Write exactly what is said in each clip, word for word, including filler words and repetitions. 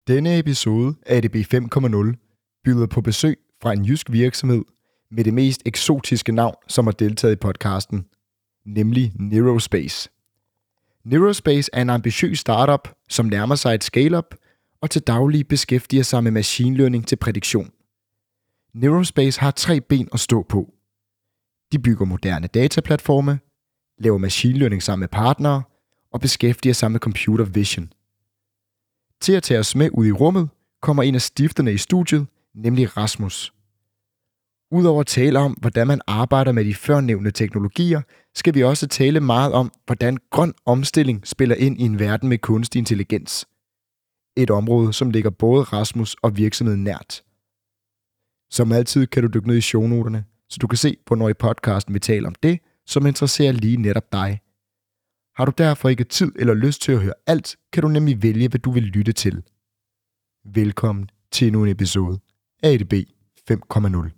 Denne episode af A D B fem komma nul byder på besøg fra en jysk virksomhed med det mest eksotiske navn, som har deltaget i podcasten, nemlig Neurospace. Neurospace er en ambitiøs startup, som nærmer sig et scale-up og til daglig beskæftiger sig med machine learning til prædiktion. Neurospace har tre ben at stå på. De bygger moderne dataplatforme, laver machine learning sammen med partnere og beskæftiger sig med computer vision. Til at tage os med ud i rummet kommer en af stifterne i studiet, nemlig Rasmus. Udover at tale om, hvordan man arbejder med de førnævnte teknologier, skal vi også tale meget om, hvordan grøn omstilling spiller ind i en verden med kunstig intelligens. Et område, som ligger både Rasmus og virksomheden nært. Som altid kan du dykke ned i shownoterne, så du kan se, hvornår i podcasten vi taler om det, som interesserer lige netop dig. Har du derfor ikke tid eller lyst til at høre alt, kan du nemlig vælge, hvad du vil lytte til. Velkommen til endnu en episode af A D B fem komma nul.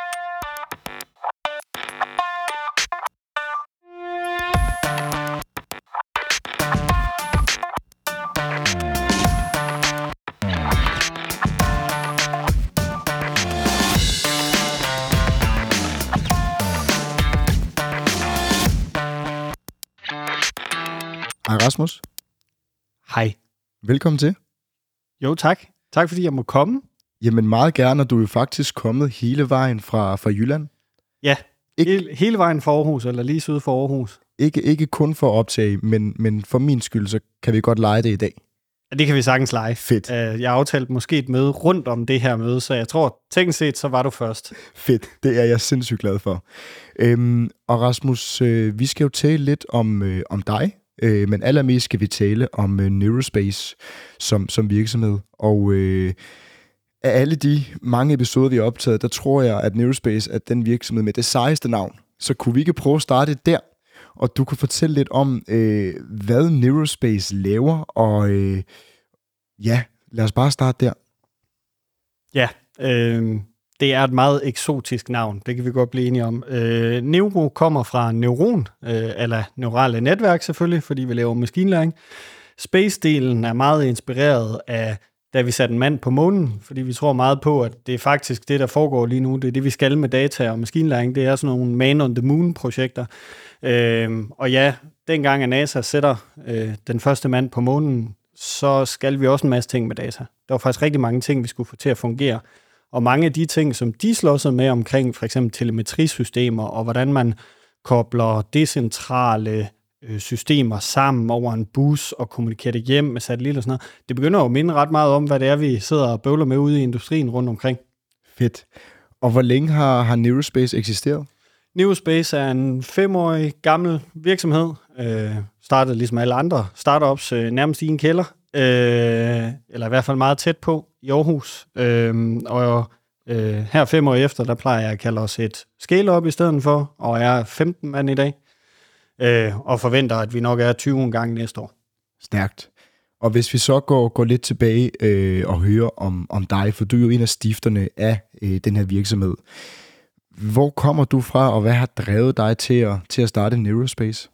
Hej Rasmus. Hej. Velkommen til. Jo, tak. Tak fordi jeg må komme. Jamen meget gerne, og du er jo faktisk kommet hele vejen fra, fra Jylland. Ja, ikke, hele, hele vejen fra Aarhus, eller lige syd for Aarhus. Ikke, ikke kun for at optage, men, men for min skyld, så kan vi godt lege det i dag. Ja, det kan vi sagtens lege. Fedt. Uh, jeg aftalte måske et møde rundt om det her møde, så jeg tror, teknisk set, så var du først. Fedt, det er jeg sindssygt glad for. Øhm, og Rasmus, øh, vi skal jo tale lidt om, øh, om dig. Øh, men allermest skal vi tale om øh, Neurospace som, som virksomhed. Og øh, af alle de mange episoder, vi har optaget, der tror jeg, at Neurospace er den virksomhed med det sejeste navn. Så kunne vi ikke prøve at starte der? Og du kan fortælle lidt om, øh, hvad Neurospace laver. Og øh, ja, lad os bare starte der. Ja, øh, det er et meget eksotisk navn. Det kan vi godt blive enige om. Øh, Neuro kommer fra neuron, øh, eller neurale netværk selvfølgelig, fordi vi laver maskinlæring. Space-delen er meget inspireret af, da vi satte en mand på månen, fordi vi tror meget på, at det er faktisk det, der foregår lige nu. Det er det, vi skal med data og maskinlæring. Det er sådan nogle man on the moon-projekter. Øh, og ja, dengang at NASA sætter øh, den første mand på månen, så skal vi også en masse ting med data. Der var faktisk rigtig mange ting, vi skulle få til at fungere. Og mange af de ting, som de slår sig med omkring for eksempel telemetrisystemer, og hvordan man kobler decentrale øh, systemer sammen over en bus og kommunikerer det hjem med satellitter og sådan noget, det begynder jo at minde ret meget om, hvad det er, vi sidder og bøvler med ude i industrien rundt omkring. Fedt. Og hvor længe har, har Neurospace eksisteret? Neurospace er en femårig gammel virksomhed. Øh, startede ligesom alle andre startups øh, nærmest i en kælder. Øh, eller i hvert fald meget tæt på i Aarhus. Øh, og øh, her fem år efter, der plejer jeg at kalde os et scale-up i stedet for, og jeg er femten mand i dag, øh, og forventer, at vi nok er tyve gange næste år. Stærkt. Og hvis vi så går, går lidt tilbage øh, og hører om, om dig, for du er jo en af stifterne af øh, den her virksomhed. Hvor kommer du fra, og hvad har drevet dig til at, til at starte Neurospace?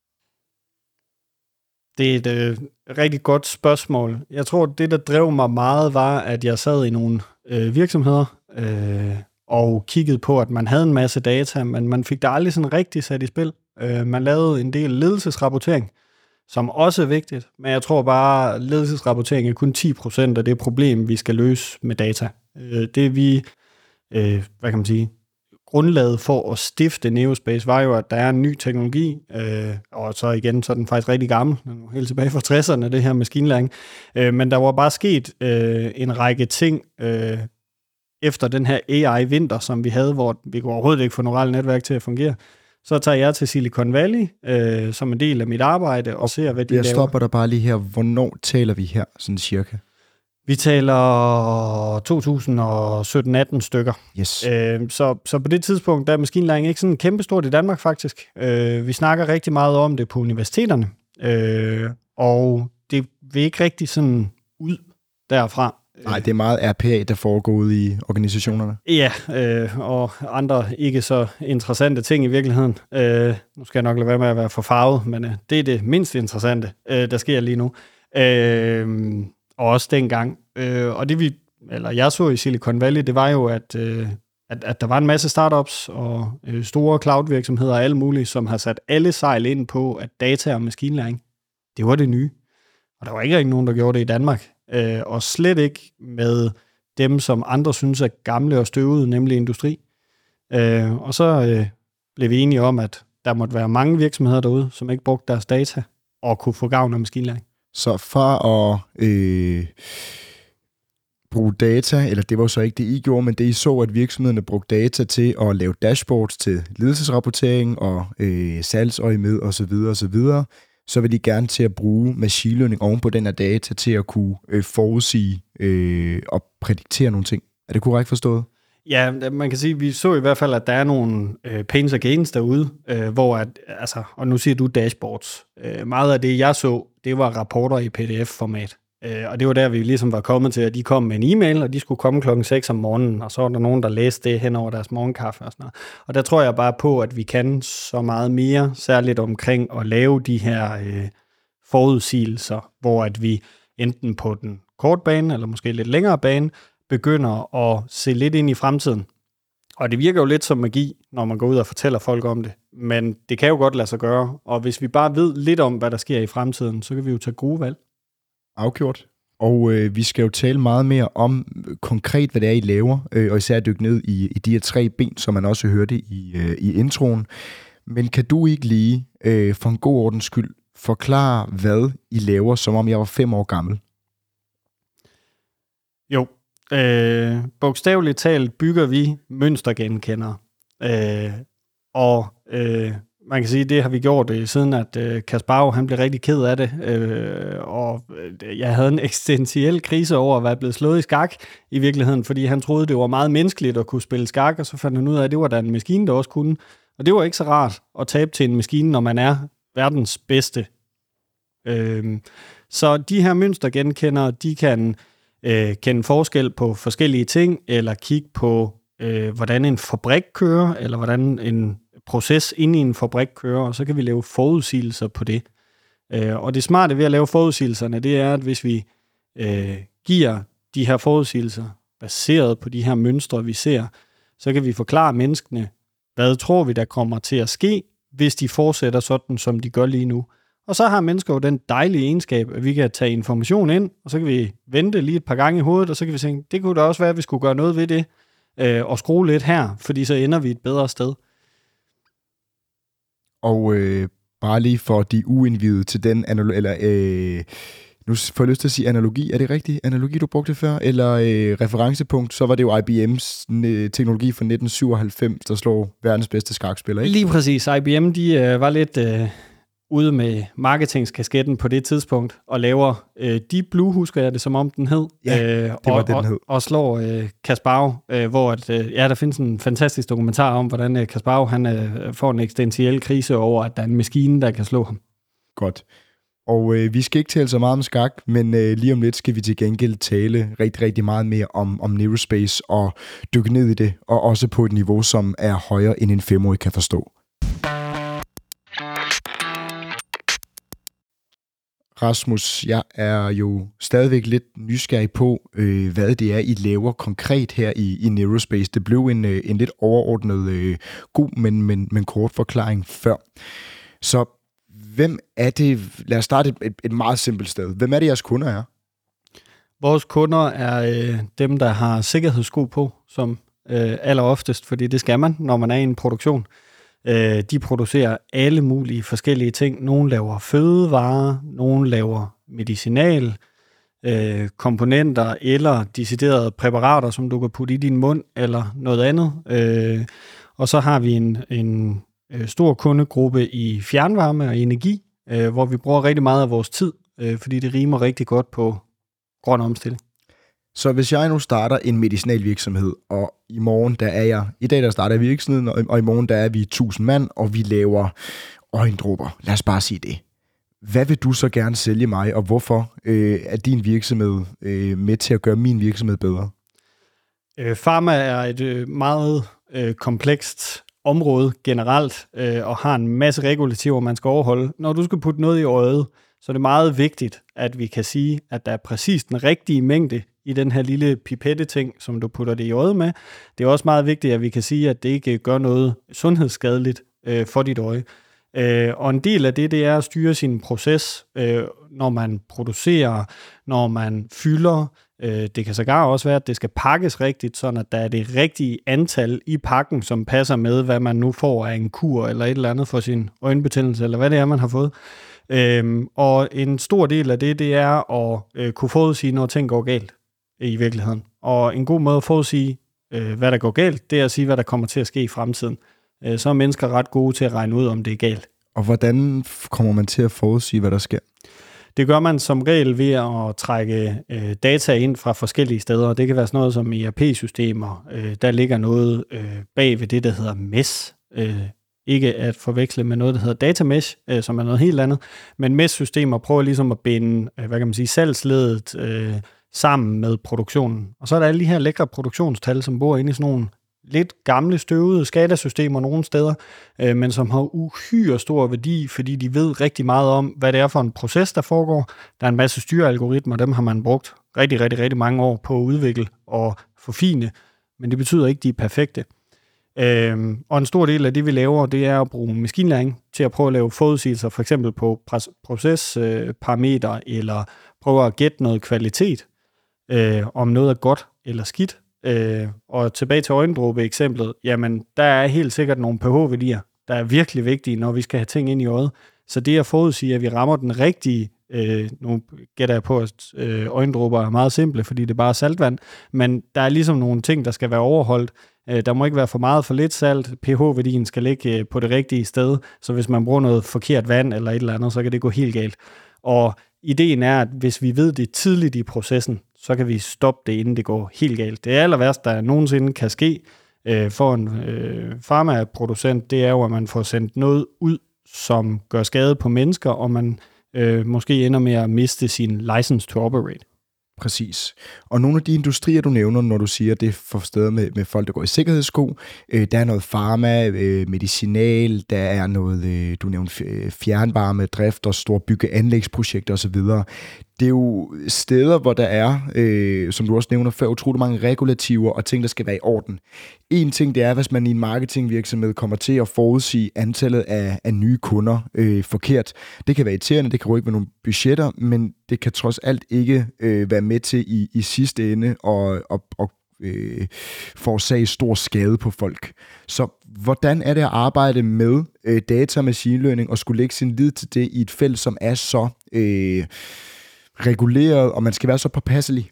Det er et øh, rigtig godt spørgsmål. Jeg tror, det, der drev mig meget, var, at jeg sad i nogle øh, virksomheder øh, og kiggede på, at man havde en masse data, men man fik det aldrig sådan rigtig sat i spil. Øh, man lavede en del ledelsesrapportering, som også er vigtigt, men jeg tror bare, at ledelsesrapportering er kun ti procent af det problem, vi skal løse med data. Øh, det vi, øh, hvad kan man sige, grundlaget for at stifte Neurospace var jo, at der er en ny teknologi, øh, og så igen, så er den faktisk rigtig gammel, helt tilbage fra tresserne, det her maskinlæring. Øh, men der var bare sket øh, en række ting øh, efter den her A I-vinter, som vi havde, hvor vi kunne overhovedet ikke få neurale netværk til at fungere. Så tager jeg til Silicon Valley øh, som en del af mit arbejde og ser, hvad de jeg laver. Jeg stopper dig bare lige her. Hvornår taler vi her, sådan cirka? Vi taler to tusind sytten atten stykker. Yes. Øh, så, så på det tidspunkt, der er maskinlæring ikke sådan kæmpestort i Danmark faktisk. Øh, vi snakker rigtig meget om det på universiteterne, øh, og det vil ikke rigtig sådan ud derfra. Nej, det er meget R P A, der foregår ude i organisationerne. Ja, øh, og andre ikke så interessante ting i virkeligheden. Øh, nu skal jeg nok lade være med at være for farvet, men øh, det er det mindst interessante, øh, der sker lige nu. Øh, og også dengang. Øh, og det vi, eller jeg så i Silicon Valley, det var jo, at, øh, at, at der var en masse startups og øh, store cloud-virksomheder og alle mulige, som har sat alle sejl ind på, at data og maskinlæring, det var det nye. Og der var ikke rigtig nogen, der gjorde det i Danmark. Øh, og slet ikke med dem, som andre synes er gamle og støvede, nemlig industri. Øh, og så øh, blev vi enige om, at der måtte være mange virksomheder derude, som ikke brugte deres data og kunne få gavn af maskinlæring. Så fra at øh, bruge data, eller det var så ikke det, I gjorde, men det I så, at virksomhederne brugte data til at lave dashboards til ledelsesrapportering og øh, salgsøje med osv. osv., så vil de gerne til at bruge machine learning oven på den her data til at kunne øh, forudsige øh, og prædiktere nogle ting. Er det korrekt forstået? Ja, man kan sige, at vi så i hvert fald, at der er nogle øh, pains og gains derude, øh, hvor at, altså, og nu siger du dashboards. Øh, meget af det, jeg så, det var rapporter i P D F-format. Øh, og det var der, vi ligesom var kommet til, at de kom med en e-mail, og de skulle komme klokken seks om morgenen, og så var der nogen, der læste det hen over deres morgenkaffe og sådan noget. Og der tror jeg bare på, at vi kan så meget mere, særligt omkring at lave de her øh, forudsigelser, hvor at vi enten på den korte bane, eller måske lidt længere bane, begynder at se lidt ind i fremtiden. Og det virker jo lidt som magi, når man går ud og fortæller folk om det. Men det kan jo godt lade sig gøre. Og hvis vi bare ved lidt om, hvad der sker i fremtiden, så kan vi jo tage gode valg. Afgjort. Og øh, vi skal jo tale meget mere om konkret, hvad det er, I laver, øh, og især dykke ned i, i de her tre ben, som man også hørte i, øh, i introen. Men kan du ikke lige, øh, for en god ordens skyld, forklare, hvad I laver, som om jeg var fem år gammel? Jo. Øh, bogstaveligt talt bygger vi mønstergenkendere. Øh, og øh, man kan sige, det har vi gjort øh, siden, at øh, Kasparov, han blev rigtig ked af det. Øh, og øh, jeg havde en eksistentiel krise over at være blevet slået i skak i virkeligheden, fordi han troede, det var meget menneskeligt at kunne spille skak, og så fandt han ud af, at det var der en maskine, der også kunne. Og det var ikke så rart at tabe til en maskine, når man er verdens bedste. Øh, så de her mønstergenkendere, de kan Øh, kende forskel på forskellige ting, eller kigge på, øh, hvordan en fabrik kører, eller hvordan en proces inde i en fabrik kører, og så kan vi lave forudsigelser på det. Øh, og det smarte ved at lave forudsigelserne, det er, at hvis vi øh, giver de her forudsigelser, baseret på de her mønstre, vi ser, så kan vi forklare menneskene, hvad tror vi, der kommer til at ske, hvis de fortsætter sådan, som de gør lige nu. Og så har mennesker jo den dejlige egenskab, at vi kan tage information ind, og så kan vi vente lige et par gange i hovedet, og så kan vi tænke, det kunne da også være, at vi skulle gøre noget ved det, øh, og skrue lidt her, fordi så ender vi et bedre sted. Og øh, bare lige for de uindvidede til den analogi, eller øh, nu får jeg lyst til at sige analogi, er det rigtigt? Analogi, du brugte før? Eller øh, referencepunkt, så var det jo I B M's øh, teknologi fra nitten syvoghalvfems, der slår verdens bedste skakspiller, ikke? Lige præcis. I B M, de øh, var lidt... Øh ude med marketingskasketten på det tidspunkt, og laver øh, Deep Blue, husker jeg det, som om den hed. Ja, øh, det var og, det, den hed. Og, og slår øh, Kasparov, øh, hvor at, øh, ja, der findes en fantastisk dokumentar om, hvordan øh, Kasparov han, øh, får en eksistentiel krise over, at der er en maskine, der kan slå ham. Godt. Og øh, vi skal ikke tale så meget om skak, men øh, lige om lidt skal vi til gengæld tale rigtig, rigtig meget mere om, om Neurospace og dykke ned i det, og også på et niveau, som er højere end en femårig kan forstå. Rasmus, jeg er jo stadigvæk lidt nysgerrig på, øh, hvad det er, I laver konkret her i, i Neurospace. Det blev en, øh, en lidt overordnet øh, god, men, men, men kort forklaring før. Så hvem er det, lad os starte et, et meget simpelt sted. Hvem er det, jeres kunder er? Vores kunder er øh, dem, der har sikkerhedssko på, som øh, alleroftest, fordi det skal man, når man er i en produktion. Øh, de producerer alle mulige forskellige ting. Nogle laver fødevarer, nogle laver medicinal, øh, komponenter eller deciderede præparater, som du kan putte i din mund eller noget andet. Øh, og så har vi en, en øh, stor kundegruppe i fjernvarme og energi, øh, hvor vi bruger rigtig meget af vores tid, øh, fordi det rimer rigtig godt på grøn omstilling. Så hvis jeg nu starter en medicinalvirksomhed, og i morgen der er jeg, i dag der starter jeg virksomheden, og, og i morgen der er vi tusind mand, og vi laver øjendråber. Lad os bare sige det. Hvad vil du så gerne sælge mig, og hvorfor øh, er din virksomhed øh, med til at gøre min virksomhed bedre? Øh, Pharma er et øh, meget øh, komplekst område generelt, øh, og har en masse regulativer, man skal overholde. Når du skal putte noget i øjet, så det er meget vigtigt, at vi kan sige, at der er præcis den rigtige mængde i den her lille pipette-ting, som du putter det i øjet med. Det er også meget vigtigt, at vi kan sige, at det ikke gør noget sundhedsskadeligt øh, for dit øje. Øh, og en del af det, det er at styre sin proces, øh, når man producerer, når man fylder. Øh, det kan sågar også være, at det skal pakkes rigtigt, sådan at der er det rigtige antal i pakken, som passer med, hvad man nu får af en kur eller et eller andet for sin øjenbetændelse, eller hvad det er, man har fået. Øh, og en stor del af det, det er at øh, kunne forudsige, når ting går galt i virkeligheden. Og en god måde at forudsige, øh, hvad der går galt, det er at sige, hvad der kommer til at ske i fremtiden. Så er mennesker ret gode til at regne ud, om det er galt. Og hvordan kommer man til at forudsige, hvad der sker? Det gør man som regel ved at trække øh, data ind fra forskellige steder. Det kan være sådan noget som E R P-systemer. Øh, der ligger noget øh, bag ved det, der hedder M E S. Øh, ikke at forveksle med noget, der hedder Data Mesh, øh, som er noget helt andet. Men M E S-systemer prøver ligesom at binde, øh, hvad kan man sige, salgsledet øh, sammen med produktionen. Og så er der alle de her lækre produktionstal, som bor inde i sådan nogle lidt gamle, støvede SCADA-systemer nogle steder, øh, men som har uhyre stor værdi, fordi de ved rigtig meget om, hvad det er for en proces, der foregår. Der er en masse styrealgoritmer, dem har man brugt rigtig, rigtig, rigtig mange år på at udvikle og forfine, men det betyder ikke, at de er perfekte. Øh, og en stor del af det, vi laver, det er at bruge maskinlæring til at prøve at lave forudsigelser, for eksempel på procesparametre, øh, eller prøve at gætte noget kvalitet, øh, om noget er godt eller skidt. Øh, og tilbage til øjendråbe-eksemplet, jamen, der er helt sikkert nogle pH-værdier, der er virkelig vigtige, når vi skal have ting ind i øjet. Så det at forudsige, at vi rammer den rigtige, øh, nu gætter jeg på, at øh, øjendråber er meget simple, fordi det er bare saltvand, men der er ligesom nogle ting, der skal være overholdt. Øh, der må ikke være for meget for lidt salt, pH-værdien skal ligge øh, på det rigtige sted, så hvis man bruger noget forkert vand eller et eller andet, så kan det gå helt galt. Og ideen er, at hvis vi ved det tidligt i processen, så kan vi stoppe det, inden det går helt galt. Det aller værste, der nogensinde kan ske øh, for en øh, farmaproducent, det er jo, at man får sendt noget ud, som gør skade på mennesker, og man øh, måske ender med at miste sin license to operate. Præcis. Og nogle af de industrier, du nævner, når du siger, det er for steder med, med folk, der går i sikkerhedssko, øh, der er noget pharma, øh, medicinal, der er noget, øh, du nævnte fjernvarme, drift og store bygge-anlægsprojekter osv. Det er jo steder, hvor der er, øh, som du også nævner før, utrolig mange regulativer og ting, der skal være i orden. En ting, det er, hvis man i en marketingvirksomhed kommer til at forudsige antallet af, af nye kunder øh, forkert. Det kan være irriterende, det kan rykke med nogle budgetter, men det kan trods alt ikke øh, være med til i, i sidste ende og, og, og øh, forårsage stor skade på folk. Så hvordan er det at arbejde med øh, data og machine learning og skulle lægge sin lid til det i et felt, som er så øh, reguleret, og man skal være så påpasselig?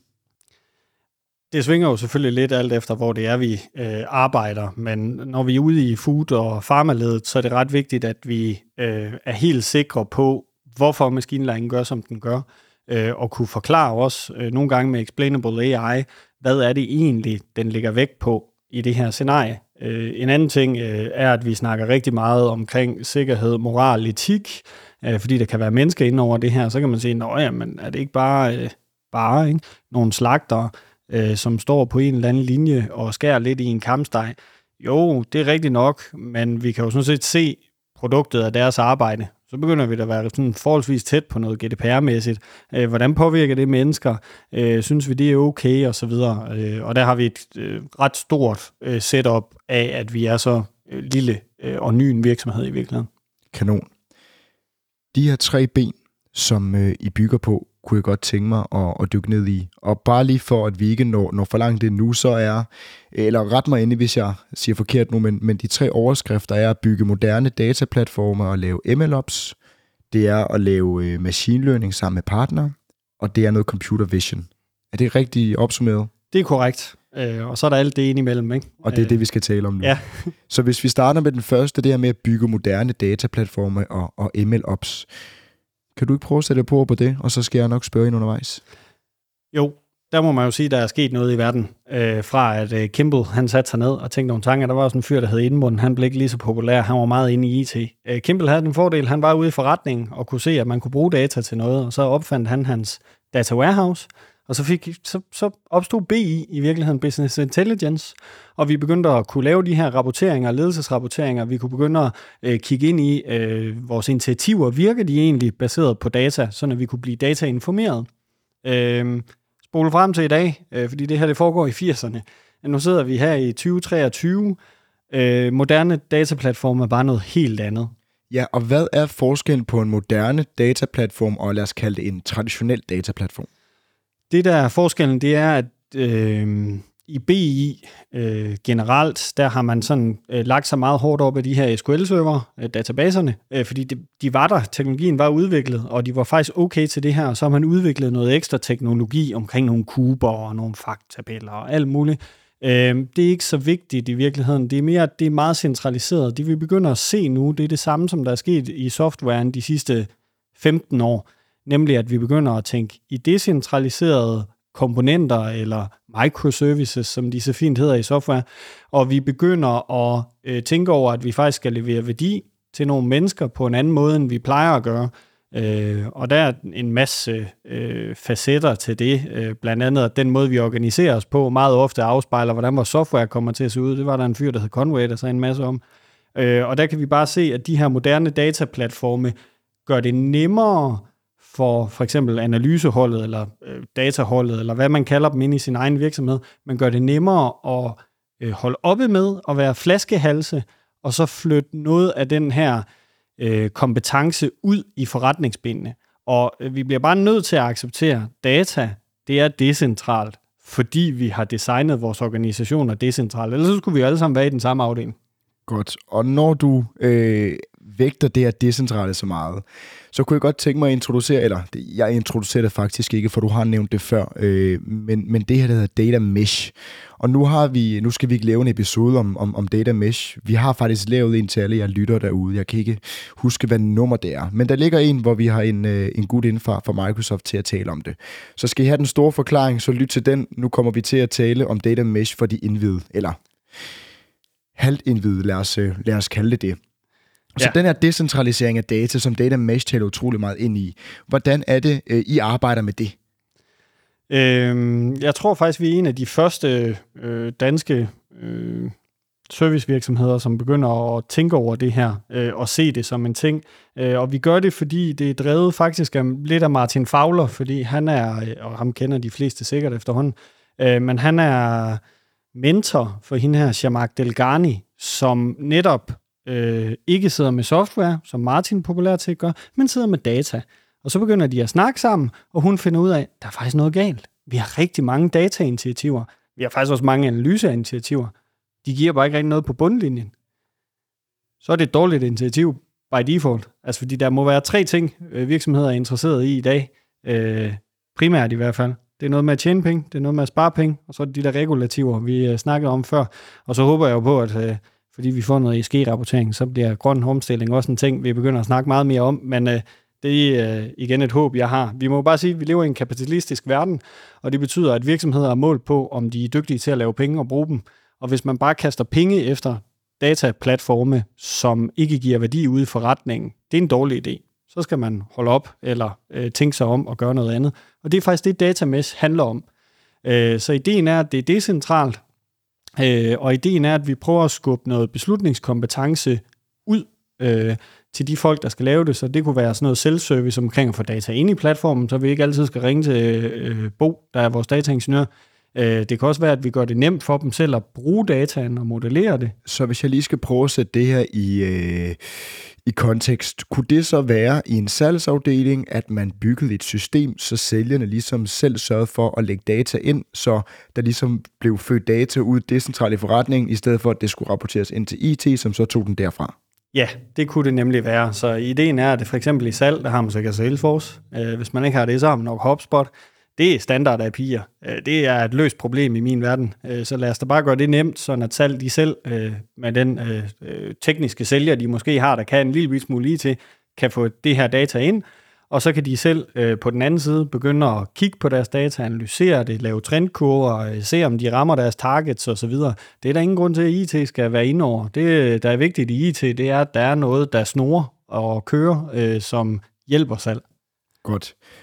Det svinger jo selvfølgelig lidt alt efter, hvor det er, vi øh, arbejder, men når vi er ude i food- og farmaledet, så er det ret vigtigt, at vi øh, er helt sikre på, hvorfor maskinlæringen gør, som den gør, øh, og kunne forklare os øh, nogle gange med explainable A I, hvad er det egentlig, den ligger vægt på i det her scenarie. Øh, en anden ting øh, er, at vi snakker rigtig meget omkring sikkerhed, moral, etik, øh, fordi der kan være mennesker inde over det her, så kan man sige, nå ja, men er det ikke bare, øh, bare ikke? Nogle slagtere, øh, som står på en eller anden linje og skærer lidt i en kampsteg? Jo, det er rigtigt nok, men vi kan jo sådan set se produktet af deres arbejde. Så begynder vi da at være sådan forholdsvis tæt på noget G D P R-mæssigt. Øh, hvordan påvirker det mennesker? Øh, synes vi, det er okay? Og så videre. Øh, og der har vi et øh, ret stort øh, setup af, at vi er så øh, lille øh, og ny en virksomhed i virkeligheden. Kanon. De her tre ben, som øh, I bygger på, kunne jeg godt tænke mig at, at dykke ned i. Og bare lige for, at vi ikke når, når for langt det nu, så er, eller ret mig endelig, hvis jeg siger forkert nu, men, men de tre overskrifter er at bygge moderne dataplatformer og lave M L Ops, det er at lave øh, machine learning sammen med partnere, og det er noget computer vision. Er det rigtigt opsummeret? Det er korrekt. Øh, og så er der alt det ind imellem, ikke? Og det er det, vi skal tale om nu. Ja. Så hvis vi starter med den første, det er med at bygge moderne dataplatformer og, og M L Ops. Kan du ikke prøve at sætte på på det, og så skal jeg nok spørge ind undervejs? Jo, der må man jo sige, at der er sket noget i verden. Øh, fra at øh, Kimball, han satte sig ned og tænkte nogle tanker. Der var også en fyr, der hed Indmund. Han blev ikke lige så populær. Han var meget inde i I T. Øh, Kimball havde den fordel, han var ude i forretningen og kunne se, at man kunne bruge data til noget. Og så opfandt han hans data warehouse. Og så, fik, så, så opstod B I i virkeligheden Business Intelligence, og vi begyndte at kunne lave de her rapporteringer, ledelsesrapporteringer. Vi kunne begynde at øh, kigge ind i øh, vores initiativer. Virker de egentlig baseret på data, så vi kunne blive datainformeret? Øh, spole frem til i dag, øh, fordi det her det foregår i firserne. Nu sidder vi her i tyve treogtyve. Øh, moderne dataplatform er bare noget helt andet. Ja, og hvad er forskellen på en moderne dataplatform og lad os kalde det en traditionel dataplatform? Det der er forskellen, det er, at øh, i B I øh, generelt, der har man sådan øh, lagt sig meget hårdt op af de her S Q L-server, øh, databaserne, øh, fordi de, de var der, teknologien var udviklet, og de var faktisk okay til det her, og så har man udviklet noget ekstra teknologi omkring nogle kuber og nogle faktabeller og alt muligt. Øh, det er ikke så vigtigt i virkeligheden, det er mere, det er meget centraliseret. Det vi begynder at se nu, det er det samme, som der er sket i softwaren de sidste femten år, nemlig at vi begynder at tænke i decentraliserede komponenter eller microservices, som de så fint hedder i software, og vi begynder at øh, tænke over, at vi faktisk skal levere værdi til nogle mennesker på en anden måde, end vi plejer at gøre. Øh, og der er en masse øh, facetter til det, øh, blandt andet at den måde, vi organiserer os på, meget ofte afspejler, hvordan vores software kommer til at se ud. Det var der en fyr, der hed Conway, der sagde en masse om. Øh, og der kan vi bare se, at de her moderne dataplatforme gør det nemmere for for eksempel analyseholdet, eller øh, dataholdet, eller hvad man kalder dem inde i sin egen virksomhed, man gør det nemmere at øh, holde oppe med, at være flaskehalse, og så flytte noget af den her øh, kompetence ud i forretningsbindene. Og øh, vi bliver bare nødt til at acceptere, data, det er decentralt, fordi vi har designet vores organisationer decentralt. Ellers så skulle vi jo alle sammen være i den samme afdeling. Godt. Og når du øh, vægter det her decentrale så meget, så kunne jeg godt tænke mig at introducere, eller jeg introducerer det faktisk ikke, for du har nævnt det før, øh, men, men det her, der hedder Data Mesh. Og nu, har vi, nu skal vi ikke lave en episode om, om, om Data Mesh. Vi har faktisk lavet en til alle jer lytter derude. Jeg kan ikke huske, hvad nummer det er. Men der ligger en, hvor vi har en, en gut inden fra, fra Microsoft til at tale om det. Så skal I have den store forklaring, så lyt til den. Nu kommer vi til at tale om Data Mesh for de indvidede, eller halvt indvidede, lad os, lad os kalde det det. Så ja. Den her decentralisering af data, som Data Mesh taler utrolig meget ind i, hvordan er det, I arbejder med det? Øhm, jeg tror faktisk, vi er en af de første øh, danske øh, servicevirksomheder, som begynder at tænke over det her øh, og se det som en ting. Øh, og vi gør det, fordi det er drevet faktisk af, lidt af Martin Fowler, fordi han er, og ham kender de fleste sikkert efterhånden, øh, men han er mentor for hende her, Zhamak Delghani, som netop øh, ikke sidder med software, som Martin populært set gør, men sidder med data. Og så begynder de at snakke sammen, og hun finder ud af, at der er faktisk noget galt. Vi har rigtig mange datainitiativer. Vi har faktisk også mange analyseinitiativer. De giver bare ikke rigtig noget på bundlinjen. Så er det et dårligt initiativ by default. Altså fordi der må være tre ting, virksomheder er interesseret i i dag. Øh, primært i hvert fald. Det er noget med at tjene penge, det er noget med at spare penge, og så er det de der regulativer, vi øh, snakkede om før. Og så håber jeg jo på, at øh, fordi vi får noget E S G-rapportering, så bliver grøn omstilling også en ting, vi begynder at snakke meget mere om. Men øh, det er øh, igen et håb, jeg har. Vi må bare sige, at vi lever i en kapitalistisk verden, og det betyder, at virksomheder er målt på, om de er dygtige til at lave penge og bruge dem. Og hvis man bare kaster penge efter dataplatforme, som ikke giver værdi ude i forretningen, det er en dårlig idé. Så skal man holde op eller øh, tænke sig om og gøre noget andet. Og det er faktisk det, Data Mesh handler om. Øh, så ideen er, at det er decentralt, øh, og ideen er, at vi prøver at skubbe noget beslutningskompetence ud øh, til de folk, der skal lave det. Så det kunne være sådan noget selvservice omkring at få data ind i platformen, så vi ikke altid skal ringe til øh, Bo, der er vores dataingeniør. Øh, det kan også være, at vi gør det nemt for dem selv at bruge dataen og modellere det. Så hvis jeg lige skal prøve at sætte det her i... Øh I kontekst, kunne det så være i en salgsafdeling, at man byggede et system, så sælgerne ligesom selv sørgede for at lægge data ind, så der ligesom blev født data ud decentralt i forretningen, i stedet for at det skulle rapporteres ind til I T, som så tog den derfra? Ja, det kunne det nemlig være. Så ideen er, at det for eksempel i salg, der har man sikkert Salesforce. Hvis man ikke har det, så har man nok HubSpot. Det er standard A P I'er. Det er et løst problem i min verden. Så lad os da bare gøre det nemt, så at salg de selv med den tekniske sælger, de måske har, der kan en lille smule I T, kan få det her data ind, og så kan de selv på den anden side begynde at kigge på deres data, analysere det, lave trendkurver, se om de rammer deres targets osv. Det er der ingen grund til, at I T skal være inde over. Det, der er vigtigt i I T, det er, at der er noget, der snurrer og kører, som hjælper salg. Godt.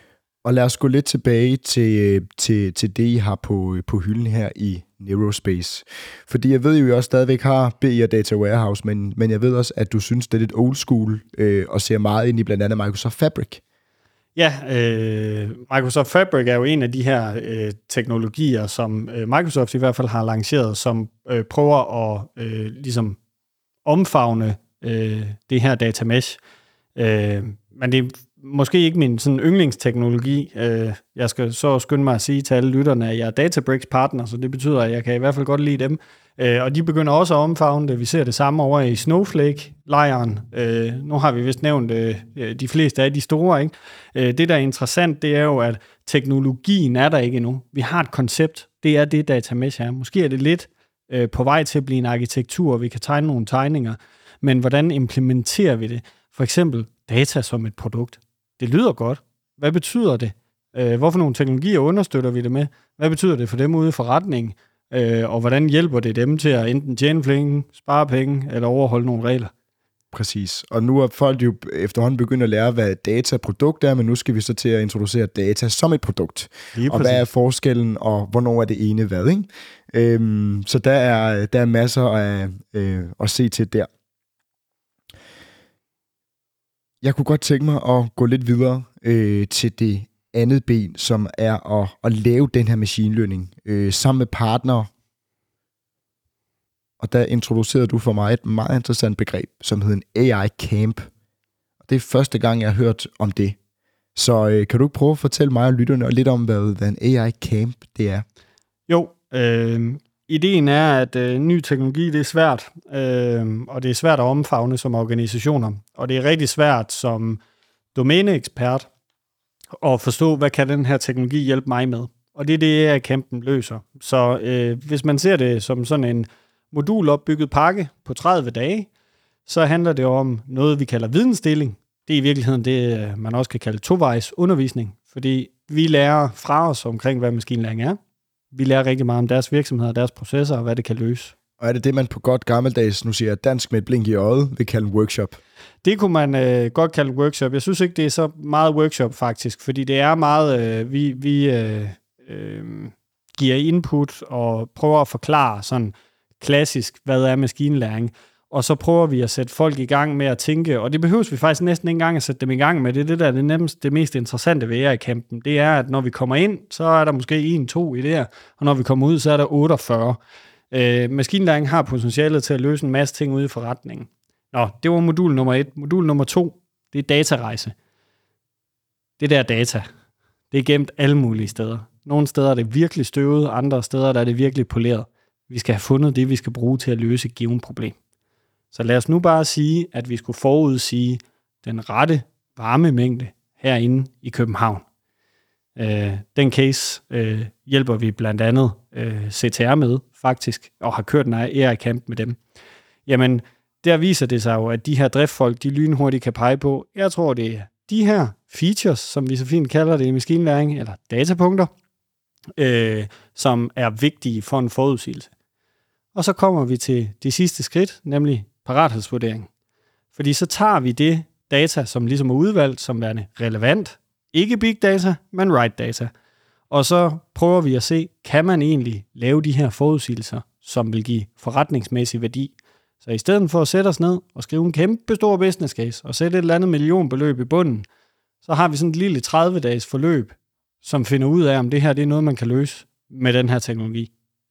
Og lad os gå lidt tilbage til, til, til det, I har på, på hylden her i Neurospace. Fordi jeg ved jo, at I også stadigvæk har B I og Data Warehouse, men, men jeg ved også, at du synes, det er lidt old school, øh, og ser meget ind i blandt andet Microsoft Fabric. Ja, øh, Microsoft Fabric er jo en af de her øh, teknologier, som øh, Microsoft i hvert fald har lanceret, som øh, prøver at øh, ligesom omfavne øh, det her data mesh. Øh, men det er måske ikke min sådan yndlingsteknologi. Øh, jeg skal så skynde mig at sige til alle lytterne, at jeg er Databricks partner, så det betyder, at jeg kan i hvert fald godt lide dem. Øh, og de begynder også at omfavne det. Vi ser det samme over i Snowflake-lejren. Øh, nu har vi vist nævnt øh, de fleste af de store, ikke? Øh, det, der er interessant, det er jo, at teknologien er der ikke endnu. Vi har et koncept. Det er det, data mesh er. Måske er det lidt øh, på vej til at blive en arkitektur. Vi kan tegne nogle tegninger. Men hvordan implementerer vi det? For eksempel data som et produkt. Det lyder godt. Hvad betyder det? Øh, hvorfor nogle teknologier understøtter vi det med? Hvad betyder det for dem ude i forretningen? Øh, og hvordan hjælper det dem til at enten tjene penge, spare penge eller overholde nogle regler? Præcis. Og nu er folk jo efterhånden begyndt at lære, hvad data-produkt er, men nu skal vi så til at introducere data som et produkt. Og hvad er forskellen, og hvornår er det ene hvad, ikke? Øhm, så der er, der er masser af, øh, at se til der. Jeg kunne godt tænke mig at gå lidt videre øh, til det andet ben, som er at, at lave den her machine learning øh, sammen med partnere. Og der introducerede du for mig et meget interessant begreb, som hedder en A I Camp. Og det er første gang, jeg har hørt om det. Så øh, kan du ikke prøve at fortælle mig og lytterne lidt om, hvad, hvad en A I Camp det er? Jo, øh, ideen er, at øh, ny teknologi det er svært, øh, og det er svært at omfavne som organisationer. Og det er rigtig svært som domæneekspert at forstå, hvad kan den her teknologi hjælpe mig med. Og det er det, at campen løser. Så øh, hvis man ser det som sådan en modulopbygget pakke på tredive dage, så handler det om noget, vi kalder vidensdeling. Det er i virkeligheden det, man også kan kalde tovejs undervisning, fordi vi lærer fra os omkring, hvad maskinlæring er. Vi lærer rigtig meget om deres virksomheder, deres processer og hvad det kan løse. Og er det det, man på godt gammeldags, nu siger dansk med et blink i øjet, vil kalde en workshop? Det kunne man øh, godt kalde en workshop. Jeg synes ikke, det er så meget workshop faktisk, fordi det er meget, øh, vi, vi øh, øh, giver input og prøver at forklare sådan klassisk, hvad er maskinlæring, og så prøver vi at sætte folk i gang med at tænke, og det behøver vi faktisk næsten ikke engang at sætte dem i gang med. Det er det, der er det, nemmest, det mest interessante ved A I-campen. Det er, at når vi kommer ind, så er der måske en, to idéer, og når vi kommer ud, så er der otteogfyrre. Øh, maskinlæring har potentialet til at løse en masse ting ude i forretningen. Nå, det var modul nummer et. Modul nummer to, det er datarejse. Det der data, det er gemt alle mulige steder. Nogle steder er det virkelig støvet, andre steder der er det virkelig poleret. Vi skal have fundet det, vi skal bruge til at løse et givet problem. Så lad os nu bare sige, at vi skulle forudsige den rette varmemængde herinde i København. Øh, den case øh, hjælper vi blandt andet øh, C T R med, faktisk, og har kørt en A I-camp med dem. Jamen, der viser det sig jo, at de her driftfolk, de lynhurtigt kan pege på, jeg tror, det er de her features, som vi så fint kalder det i maskinlæring, eller datapunkter, øh, som er vigtige for en forudsigelse. Og så kommer vi til det sidste skridt, nemlig parathedsvurdering. Fordi så tager vi det data, som ligesom er udvalgt, som værende relevant, ikke big data, men right data. Og så prøver vi at se, kan man egentlig lave de her forudsigelser, som vil give forretningsmæssig værdi. Så i stedet for at sætte os ned og skrive en kæmpe stor business case, og sætte et eller andet millionbeløb i bunden, så har vi sådan et lille tredive-dages forløb, som finder ud af, om det her det er noget, man kan løse med den her teknologi.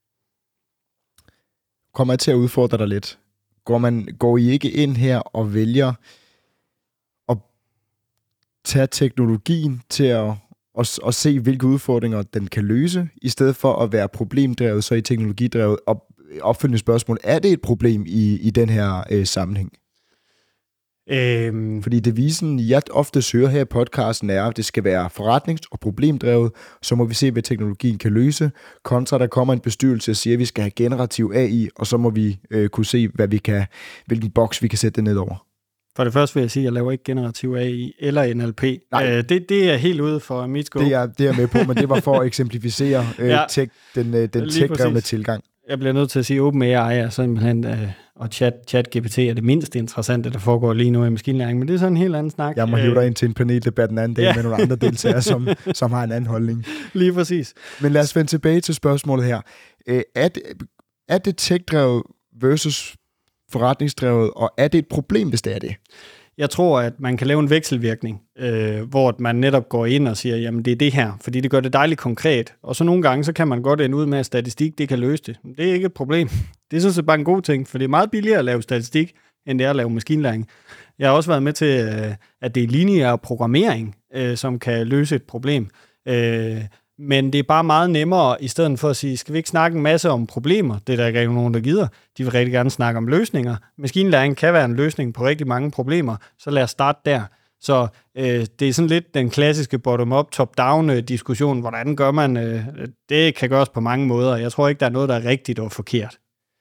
Kommer jeg til at udfordre dig lidt? Går, man, går I ikke ind her og vælger at tage teknologien til at, at, at se, hvilke udfordringer den kan løse, i stedet for at være problemdrevet, så i teknologidrevet? Og opfølgende spørgsmål, er det et problem i, i den her øh, sammenhæng? Øhm. Fordi devisen, jeg ofte søger her i podcasten, er, at det skal være forretnings- og problemdrevet, så må vi se, hvad teknologien kan løse, kontra der kommer en bestyrelse og siger, at vi skal have generativ A I, og så må vi øh, kunne se, hvad vi kan, hvilken boks vi kan sætte det ned over. For det første vil jeg sige, at jeg laver ikke generativ A I eller N L P. Øh, det, det er helt ude for mit scope. Det er, det er med på, men det var for at eksemplificere øh, ja, tech, den, øh, den tech-drevne tilgang. Jeg bliver nødt til at sige, at OpenAI er simpelthen øh, og chat, ChatGPT er det mindst interessante, der foregår lige nu i maskinlæring, men det er sådan en helt anden snak. Jeg må hive dig ind til en paneldebat den anden dag ja. med nogle andre deltagere, som, som har en anden holdning. Lige præcis. Men lad os vende tilbage til spørgsmålet her. Er det, er det tech-drevet versus forretningsdrevet, og er det et problem, hvis det er det? Jeg tror, at man kan lave en vekselvirkning, øh, hvor man netop går ind og siger, jamen det er det her, fordi det gør det dejligt konkret. Og så nogle gange, så kan man godt ende ud med, at statistik, det kan løse det. Det er ikke et problem. Det er sådan set bare en god ting, for det er meget billigere at lave statistik, end det er at lave maskinlæring. Jeg har også været med til, øh, at det er lineær programmering, øh, som kan løse et problem. Øh, Men det er bare meget nemmere, i stedet for at sige, skal vi ikke snakke en masse om problemer? Det er der ikke nogen, der gider. De vil rigtig gerne snakke om løsninger. Maskinlæring kan være en løsning på rigtig mange problemer, så lad os starte der. Så øh, det er sådan lidt den klassiske bottom-up, top-down diskussion. Hvordan gør man? Øh, det kan gøres på mange måder. Jeg tror ikke, der er noget, der er rigtigt og forkert.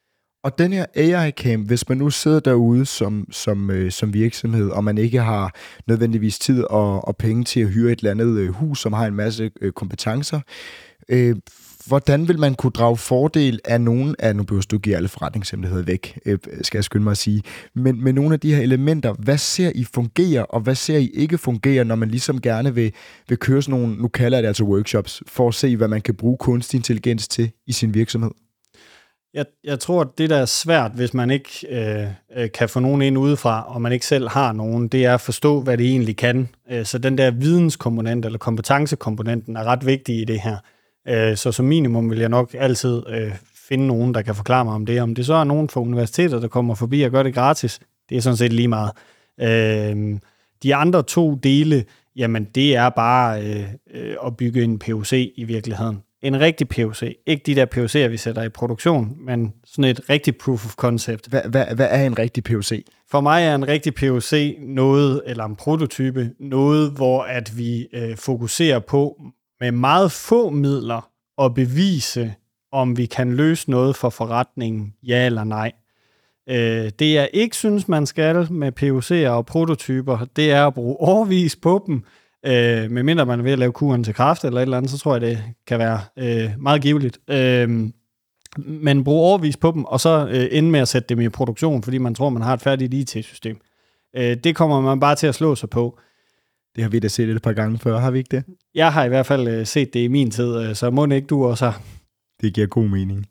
Og den her A I-camp, hvis man nu sidder derude som, som, øh, som virksomhed, og man ikke har nødvendigvis tid og, og penge til at hyre et eller andet øh, hus, som har en masse øh, kompetencer, øh, hvordan vil man kunne drage fordel af nogle af, nu behøver du give alle forretningshemmeligheder væk, øh, skal jeg skynde mig at sige, men med nogle af de her elementer, hvad ser I fungerer, og hvad ser I ikke fungerer, når man ligesom gerne vil, vil køre sådan nogle, nu kalder jeg det altså workshops, for at se, hvad man kan bruge kunstig intelligens til i sin virksomhed? Jeg, jeg tror, at det, der er svært, hvis man ikke øh, kan få nogen ind udefra, og man ikke selv har nogen, det er at forstå, hvad det egentlig kan. Øh, så den der videnskomponent, eller kompetencekomponenten, er ret vigtig i det her. Øh, så som minimum vil jeg nok altid øh, finde nogen, der kan forklare mig om det. Om det så er nogen fra universiteter, der kommer forbi og gør det gratis, det er sådan set lige meget. Øh, de andre to dele, jamen det er bare øh, øh, at bygge en P O C i virkeligheden. En rigtig P O C. Ikke de der P O C'er, vi sætter i produktion, men sådan et rigtigt proof of concept. Hvad, hvad, hvad er en rigtig P O C? For mig er en rigtig P O C noget, eller en prototype, noget, hvor at vi øh, fokuserer på med meget få midler at bevise, om vi kan løse noget for forretningen, ja eller nej. Øh, det jeg ikke synes, man skal med P O C'er og prototyper, det er at bruge årevis på dem. Øh, medmindre man er ved at lave kuren til kræft eller et eller andet, så tror jeg, det kan være øh, meget giveligt. Øh, men bruge overvis på dem, og så øh, ende med at sætte dem i produktion, fordi man tror, man har et færdigt I T-system. Øh, det kommer man bare til at slå sig på. Det har vi da set et par gange før, har vi ikke det? Jeg har i hvert fald øh, set det i min tid, øh, så må ikke du også har. Det giver god mening.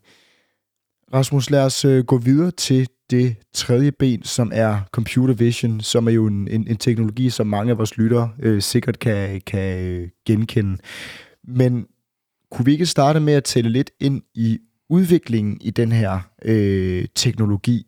Rasmus, lad os øh, gå videre til det tredje ben, som er computer vision, som er jo en, en, en teknologi, som mange af vores lyttere øh, sikkert kan, kan øh, genkende. Men kunne vi ikke starte med at tælle lidt ind i udviklingen i den her øh, teknologi?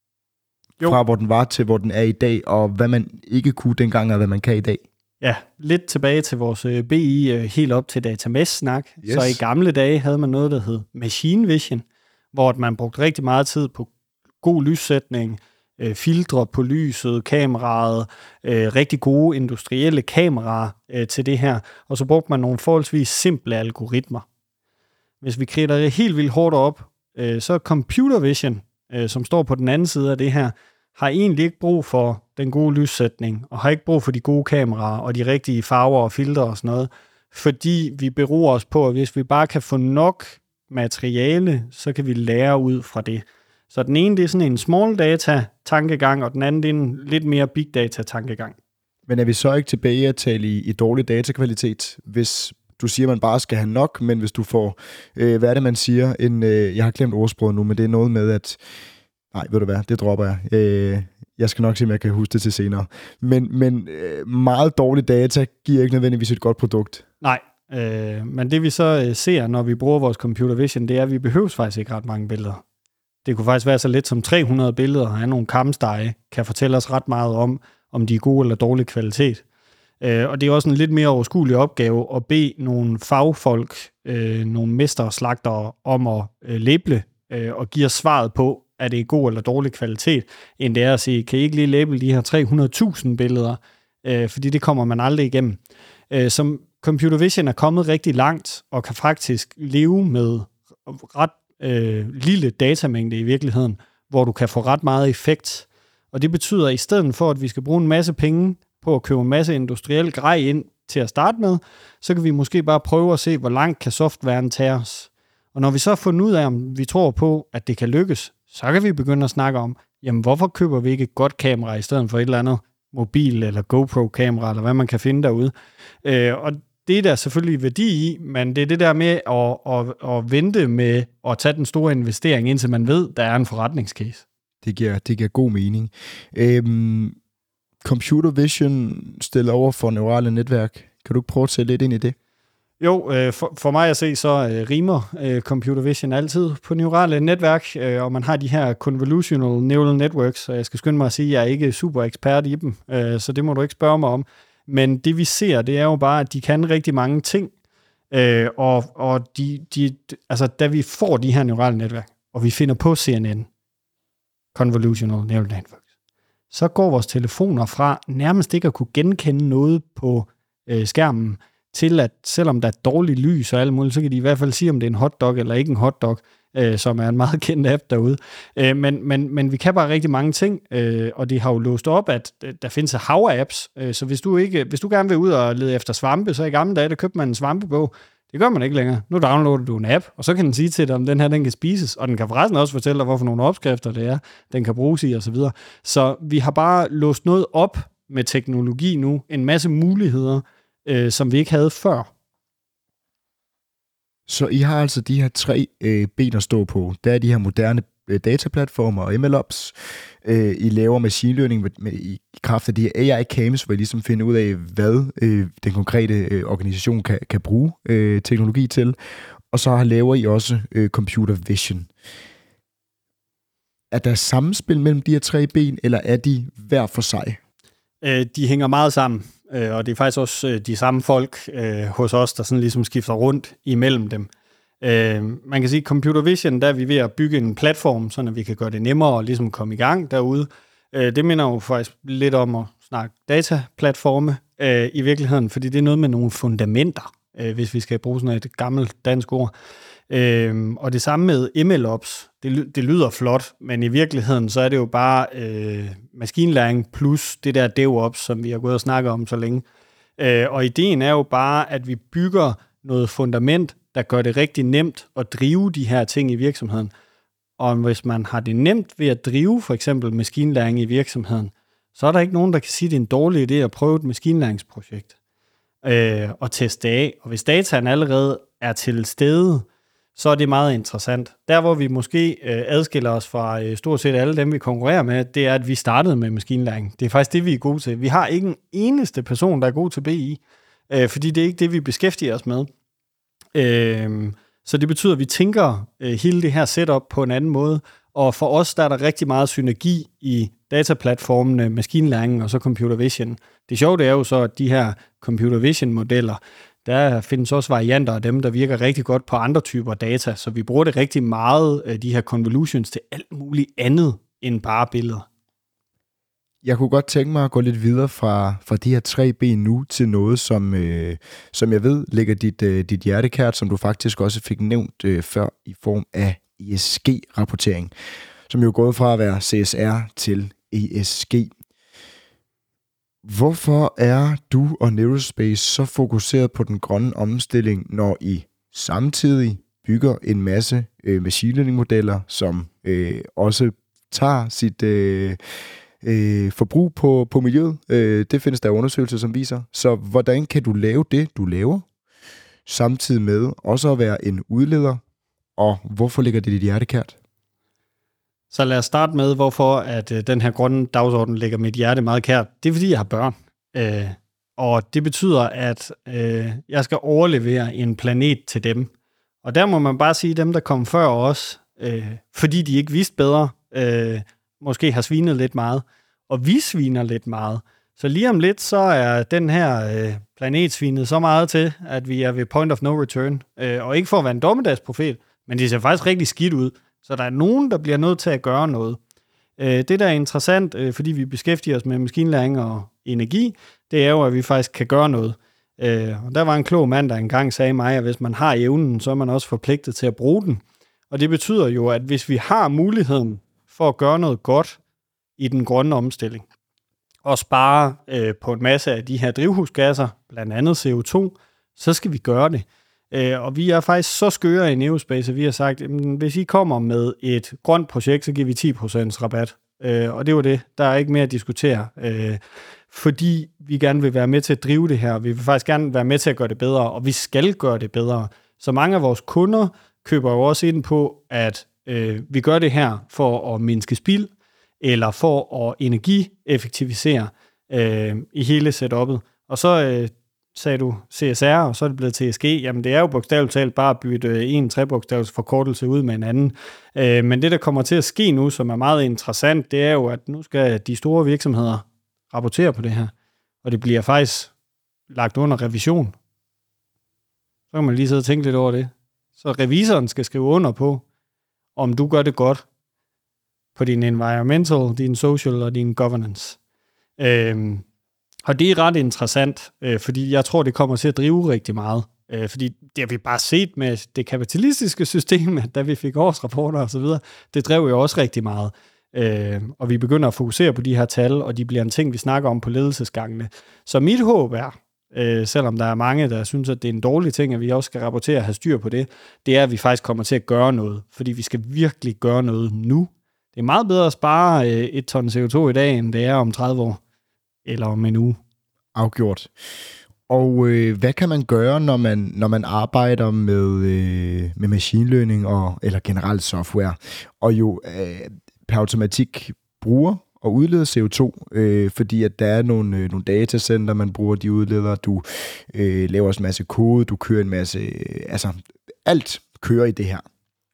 Jo. Fra hvor den var til hvor den er i dag, og hvad man ikke kunne dengang, og hvad man kan i dag? Ja, lidt tilbage til vores B I, øh, helt op til datamesh-snak. Yes. Så i gamle dage havde man noget, der hed machine vision, hvor man brugte rigtig meget tid på god lyssætning, øh, filtre på lyset, kameraet, øh, rigtig gode industrielle kameraer øh, til det her, og så brugte man nogle forholdsvis simple algoritmer. Hvis vi kridter det helt vildt hårdt op, øh, så computer vision, øh, som står på den anden side af det her, har egentlig ikke brug for den gode lyssætning, og har ikke brug for de gode kameraer, og de rigtige farver og filtre og sådan noget, fordi vi beror os på, at hvis vi bare kan få nok materiale, så kan vi lære ud fra det. Så den ene, det er sådan en small data-tankegang, og den anden, det er en lidt mere big data-tankegang. Men er vi så ikke tilbage at tale i, i dårlig datakvalitet, hvis du siger, at man bare skal have nok, men hvis du får, øh, hvad er det, man siger, en, øh, jeg har glemt ordsproget nu, men det er noget med, at, nej, ved du hvad, det dropper jeg. Øh, jeg skal nok se, om jeg kan huske det til senere. Men, men øh, meget dårlig data giver ikke nødvendigvis et godt produkt. Nej, øh, men det vi så øh, ser, når vi bruger vores computer vision, det er, at vi behøver faktisk ikke ret mange billeder. Det kunne faktisk være så lidt som tre hundrede billeder af nogle kamstege, kan fortælle os ret meget om, om de er gode eller dårlig kvalitet. Øh, og det er også en lidt mere overskuelig opgave at bede nogle fagfolk, øh, nogle mesterslagtere om at øh, label øh, og give os svaret på, er det god eller dårlig kvalitet, end det er at sige, kan I ikke lige label de her tre hundrede tusind billeder, øh, fordi det kommer man aldrig igennem. Øh, som computer vision er kommet rigtig langt, og kan faktisk leve med ret øh, lille datamængde i virkeligheden, hvor du kan få ret meget effekt. Og det betyder, at i stedet for, at vi skal bruge en masse penge på at købe en masse industriel grej ind til at starte med, så kan vi måske bare prøve at se, hvor langt kan softwaren tage os. Og når vi så har fundet ud af, om vi tror på, at det kan lykkes, så kan vi begynde at snakke om, jamen hvorfor køber vi ikke et godt kamera i stedet for et eller andet mobil- eller GoPro-kamera, eller hvad man kan finde derude. Øh, og det er der selvfølgelig værdi i, men det er det der med at, at, at vente med at tage den store investering, indtil man ved, der er en forretningscase. Det giver, det giver god mening. Øhm, computer vision stiller over for neurale netværk. Kan du ikke prøve at sætte lidt ind i det? Jo, øh, for, for mig at se, så øh, rimer øh, computer vision altid på neurale netværk, øh, og man har de her convolutional neural networks, og jeg skal skynde mig at sige, at jeg er ikke super ekspert i dem, øh, så det må du ikke spørge mig om. Men det vi ser, det er jo bare, at de kan rigtig mange ting, øh, og, og de, de, altså, da vi får de her neurale netværk, og vi finder på C N N, convolutional neural networks, så går vores telefoner fra nærmest ikke at kunne genkende noget på øh, skærmen, til at selvom der er dårligt lys og alt muligt, så kan de i hvert fald sige, om det er en hotdog eller ikke en hotdog, øh, som er en meget kendt app derude. Øh, men, men, men vi kan bare rigtig mange ting, øh, og det har jo låst op, at der findes et hav af apps, øh, så hvis du, ikke, hvis du gerne vil ud og lede efter svampe, så i gamle dage, der købte man en svampebog. Det gør man ikke længere. Nu downloader du en app, og så kan den sige til dig, om den her den kan spises, og den kan forresten også fortælle dig, hvorfor nogle opskrifter det er, den kan bruges i osv. Så, så vi har bare låst noget op med teknologi nu, en masse muligheder, øh, som vi ikke havde før. Så I har altså de her tre øh, ben at stå på. Der er de her moderne øh, dataplatformer og M L Ops. Øh, I laver machine learning med, med, i kraft af de her A I-cams, hvor I ligesom finder ud af, hvad øh, den konkrete øh, organisation kan, kan bruge øh, teknologi til. Og så laver I også øh, computer vision. Er der samspil mellem de her tre ben, eller er de hver for sig? Øh, de hænger meget sammen, øh, og det er faktisk også øh, de samme folk øh, hos os, der sådan ligesom skifter rundt imellem dem. Øh, man kan sige, at computer vision, der er vi ved at bygge en platform, så vi kan gøre det nemmere at ligesom komme i gang derude. Øh, det minder jo faktisk lidt om at snakke dataplatforme øh, i virkeligheden, fordi det er noget med nogle fundamenter, øh, hvis vi skal bruge sådan et gammelt dansk ord. Øh, og det samme med M L Ops, det, det lyder flot, men i virkeligheden så er det jo bare øh, maskinlæring plus det der DevOps, som vi har gået og snakket om så længe. Øh, og ideen er jo bare, at vi bygger noget fundament, der gør det rigtig nemt at drive de her ting i virksomheden. Og hvis man har det nemt ved at drive for eksempel maskinlæring i virksomheden, så er der ikke nogen, der kan sige, at det er en dårlig idé at prøve et maskinlæringsprojekt øh, og teste af. Og hvis dataen allerede er til stede, så er det meget interessant. Der, hvor vi måske øh, adskiller os fra øh, stort set alle dem, vi konkurrerer med, det er, at vi startede med maskinlæring. Det er faktisk det, vi er gode til. Vi har ikke en eneste person, der er god til B I, øh, fordi det er ikke det, vi beskæftiger os med. Øh, så det betyder, at vi tænker øh, hele det her setup på en anden måde, og for os der er der rigtig meget synergi i dataplatformene, maskinlæring og så computer vision. Det sjove det er jo så, at de her computer vision modeller, der findes også varianter af dem, der virker rigtig godt på andre typer data, så vi bruger det rigtig meget, de her convolutions, til alt muligt andet end bare billeder. Jeg kunne godt tænke mig at gå lidt videre fra, fra de her tre ben nu til noget, som, øh, som jeg ved ligger dit, øh, dit hjertekært, som du faktisk også fik nævnt øh, før i form af E S G-rapportering, som jo er gået fra at være C S R til E S G. Hvorfor er du og Neurospace så fokuseret på den grønne omstilling, når I samtidig bygger en masse øh, machine learning-modeller, som øh, også tager sit øh, øh, forbrug på, på miljøet? Øh, det findes der undersøgelser, som viser. Så hvordan kan du lave det, du laver, samtidig med også at være en udleder? Og hvorfor ligger det dit hjertekært? Så lad os starte med, hvorfor at øh, den her grønne dagsorden ligger mit hjerte meget kært. Det er, fordi jeg har børn. Øh, og det betyder, at øh, jeg skal overlevere en planet til dem. Og der må man bare sige, at dem, der kom før os, øh, fordi de ikke vidste bedre, øh, måske har svinet lidt meget. Og vi sviner lidt meget. Så lige om lidt, så er den her øh, planet svinet så meget til, at vi er ved point of no return. Øh, og ikke for at være en dommedagsprofet, men det ser faktisk rigtig skidt ud. Så der er nogen, der bliver nødt til at gøre noget. Det, der er interessant, fordi vi beskæftiger os med maskinlæring og energi, det er jo, at vi faktisk kan gøre noget. Og der var en klog mand, der engang sagde mig, at hvis man har evnen, så er man også forpligtet til at bruge den. Og det betyder jo, at hvis vi har muligheden for at gøre noget godt i den grønne omstilling, og spare på en masse af de her drivhusgasser, blandt andet C O to, så skal vi gøre det. Øh, og vi er faktisk så skøre i Neospace, at vi har sagt, at hvis I kommer med et grønt projekt, så giver vi ti procent rabat. Øh, og det var det. Der er ikke mere at diskutere. Øh, fordi vi gerne vil være med til at drive det her. Vi vil faktisk gerne være med til at gøre det bedre, og vi skal gøre det bedre. Så mange af vores kunder køber jo også ind på, at øh, vi gør det her for at mindske spild, eller for at energieffektivisere øh, i hele setup'et. Og så øh, sagde du C S R, og så er det blevet T S G. Jamen det er jo bogstaveligt talt bare at bytte en trebogstavs forkortelse ud med en anden. Øh, men det, der kommer til at ske nu, som er meget interessant, det er jo, at nu skal de store virksomheder rapportere på det her. Og det bliver faktisk lagt under revision. Så kan man lige sidde og tænke lidt over det. Så revisoren skal skrive under på, om du gør det godt på din environmental, din social og din governance. Øhm, og det er ret interessant, øh, fordi jeg tror, det kommer til at drive rigtig meget. Øh, fordi det har vi bare set med det kapitalistiske system, at da vi fik årsrapporter og så videre, det drev jo også rigtig meget. Øh, og vi begynder at fokusere på de her tal, og de bliver en ting, vi snakker om på ledelsesgangene. Så mit håb er, øh, selvom der er mange, der synes, at det er en dårlig ting, at vi også skal rapportere og have styr på det, det er, at vi faktisk kommer til at gøre noget. Fordi vi skal virkelig gøre noget nu. Det er meget bedre at spare øh, et ton C O to i dag, end det er om tredive år. Eller om en uge. Afgjort. Og øh, hvad kan man gøre, når man, når man arbejder med, øh, med machine learning og, eller generelt software, og jo øh, per automatik bruger og udleder C O to, øh, fordi at der er nogle, øh, nogle datacenter, man bruger, de udleder, du øh, laver også en masse kode, du kører en masse, øh, altså alt kører i det her.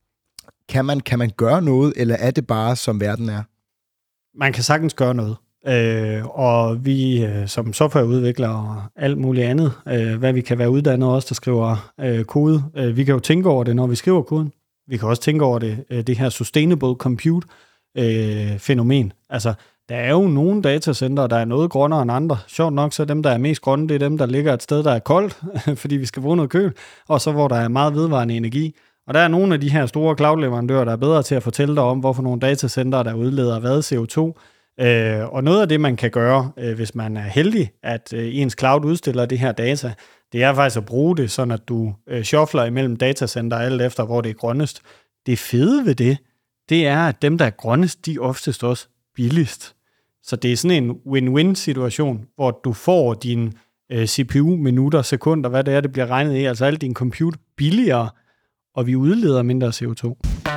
Kan man, kan man gøre noget, eller er det bare, som verden er? Man kan sagtens gøre noget. Øh, og vi øh, som softwareudviklere og alt muligt andet, øh, hvad vi kan være uddannet også, der skriver øh, kode, øh, vi kan jo tænke over det, når vi skriver koden. Vi kan også tænke over det, øh, det her sustainable compute øh, fænomen. Altså, der er jo nogle datacenter, der er noget grønnere end andre. Sjovt nok, så dem, der er mest grønne, det er dem, der ligger et sted, der er koldt, fordi vi skal bruge noget køl, og så hvor der er meget vedvarende energi. Og der er nogle af de her store cloud-leverandører, der er bedre til at fortælle dig om, hvorfor nogle datacenter, der udleder hvad C O to. Øh, og noget af det, man kan gøre, øh, hvis man er heldig, at øh, ens cloud udstiller det her data, det er faktisk at bruge det, sådan at du øh, shuffler imellem datacenter alt efter, hvor det er grønnest. Det fede ved det, det er, at dem, der er grønnest, de er oftest også billigst. Så det er sådan en win-win-situation, hvor du får dine øh, C P U-minutter, sekunder, hvad det er, det bliver regnet i, altså alt din compute billigere, og vi udleder mindre C O to.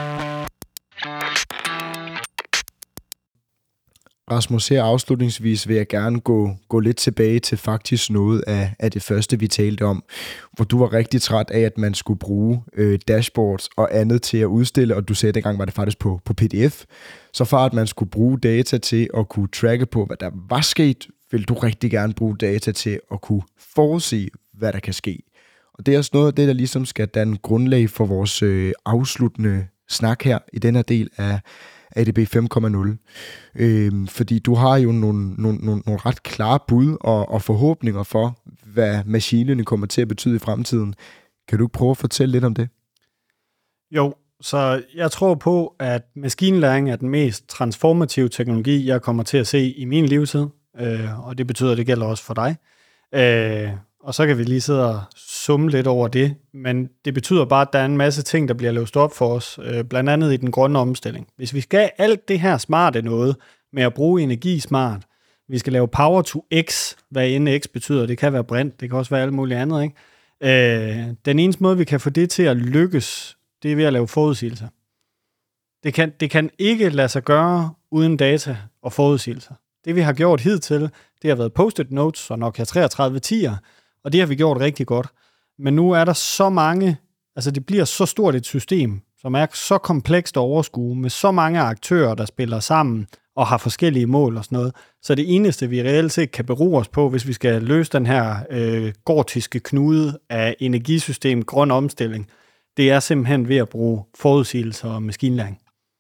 Rasmus, her afslutningsvis vil jeg gerne gå, gå lidt tilbage til faktisk noget af, af det første, vi talte om, hvor du var rigtig træt af, at man skulle bruge øh, dashboards og andet til at udstille, og du sagde, at dengang var det faktisk på, på P D F, så for at man skulle bruge data til at kunne tracke på, hvad der var sket, vil du rigtig gerne bruge data til at kunne forudse, hvad der kan ske. Og det er også noget af det, der ligesom skal danne grundlag for vores øh, afsluttende snak her i den her del af A D B fem punkt nul. Øhm, fordi du har jo nogle, nogle, nogle, nogle ret klare bud og, og forhåbninger for, hvad maskinerne kommer til at betyde i fremtiden. Kan du prøve at fortælle lidt om det? Jo, så jeg tror på, at maskinlæring er den mest transformative teknologi, jeg kommer til at se i min levetid. Øh, og det betyder, at det gælder også for dig. Øh, og så kan vi lige sidde og summe lidt over det, men det betyder bare, at der er en masse ting, der bliver løst op for os, øh, blandt andet i den grønne omstilling. Hvis vi skal alt det her smarte noget med at bruge energi smart, vi skal lave power to X, hvad end X betyder, det kan være brint, det kan også være alt muligt andet, ikke? Øh, den eneste måde, vi kan få det til at lykkes, det er ved at lave forudsigelser. Det kan, det kan ikke lade sig gøre uden data og forudsigelser. Det vi har gjort hidtil, det har været post-it notes og Nokia treogtredive ti'er, og det har vi gjort rigtig godt. Men nu er der så mange, altså det bliver så stort et system, som er så komplekst at overskue, med så mange aktører, der spiller sammen og har forskellige mål og sådan noget. Så det eneste, vi reelt set kan bero os på, hvis vi skal løse den her øh, gortiske knude af energisystem, grøn omstilling, det er simpelthen ved at bruge forudsigelser og maskinlæring.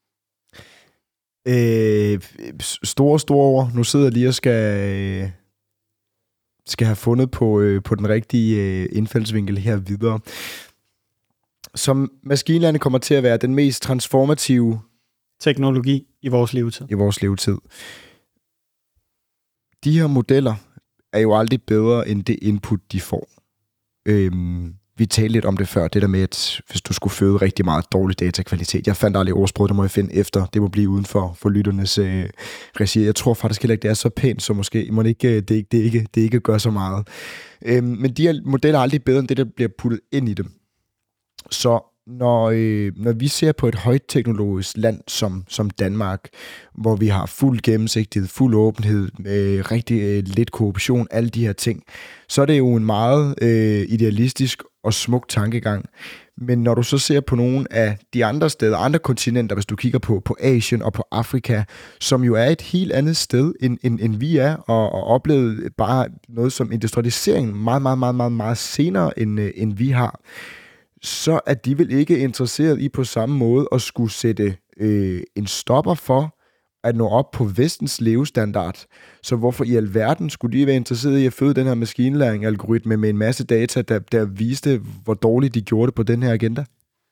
Øh, store, store ord. Nu sidder jeg lige og skal, skal have fundet på, øh, på den rigtige øh, indfaldsvinkel her videre. Som maskinlæring kommer til at være den mest transformative teknologi i vores levetid. I vores levetid. De her modeller er jo aldrig bedre end det input, de får. Øhm, vi talte lidt om det før, det der med, at hvis du skulle føde rigtig meget dårlig datakvalitet. Jeg fandt aldrig ordsproget, det må jeg finde efter. Det må blive uden for, for lytternes øh, regi. Jeg tror faktisk heller ikke, det er så pænt, så måske må det ikke, det ikke, det ikke, det ikke gør så meget. Øhm, men de her modeller er aldrig bedre end det, der bliver puttet ind i dem. Så når, øh, når vi ser på et højteknologisk land som, som Danmark, hvor vi har fuld gennemsigtighed, fuld åbenhed, øh, rigtig øh, lidt korruption, alle de her ting, så er det jo en meget øh, idealistisk og smuk tankegang. Men når du så ser på nogle af de andre steder, andre kontinenter, hvis du kigger på, på Asien og på Afrika, som jo er et helt andet sted, end, end, end vi er, og, og oplevet bare noget som industrialisering meget, meget, meget, meget, meget senere, end, øh, end vi har, så er de vel ikke interesseret i på samme måde at skulle sætte øh, en stopper for at nå op på vestens levestandard. Så hvorfor i alverden skulle de være interesseret i at føde den her maskinlæring-algoritme med en masse data, der, der viste, hvor dårligt de gjorde det på den her agenda?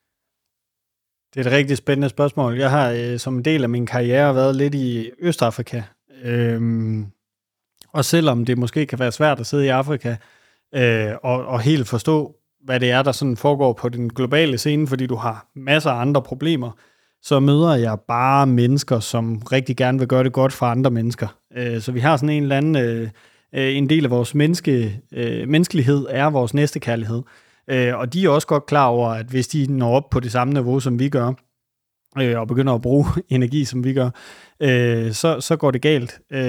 Det er et rigtig spændende spørgsmål. Jeg har øh, som en del af min karriere været lidt i Østafrika. Øhm, og selvom det måske kan være svært at sidde i Afrika øh, og, og helt forstå, hvad det er, der sådan foregår på den globale scene, fordi du har masser af andre problemer, så møder jeg bare mennesker, som rigtig gerne vil gøre det godt for andre mennesker. Så vi har sådan en eller anden, en del af vores menneske, menneskelighed er vores næstekærlighed. Og de er også godt klar over, at hvis de når op på det samme niveau, som vi gør, og begynder at bruge energi, som vi gør, så, så går det galt.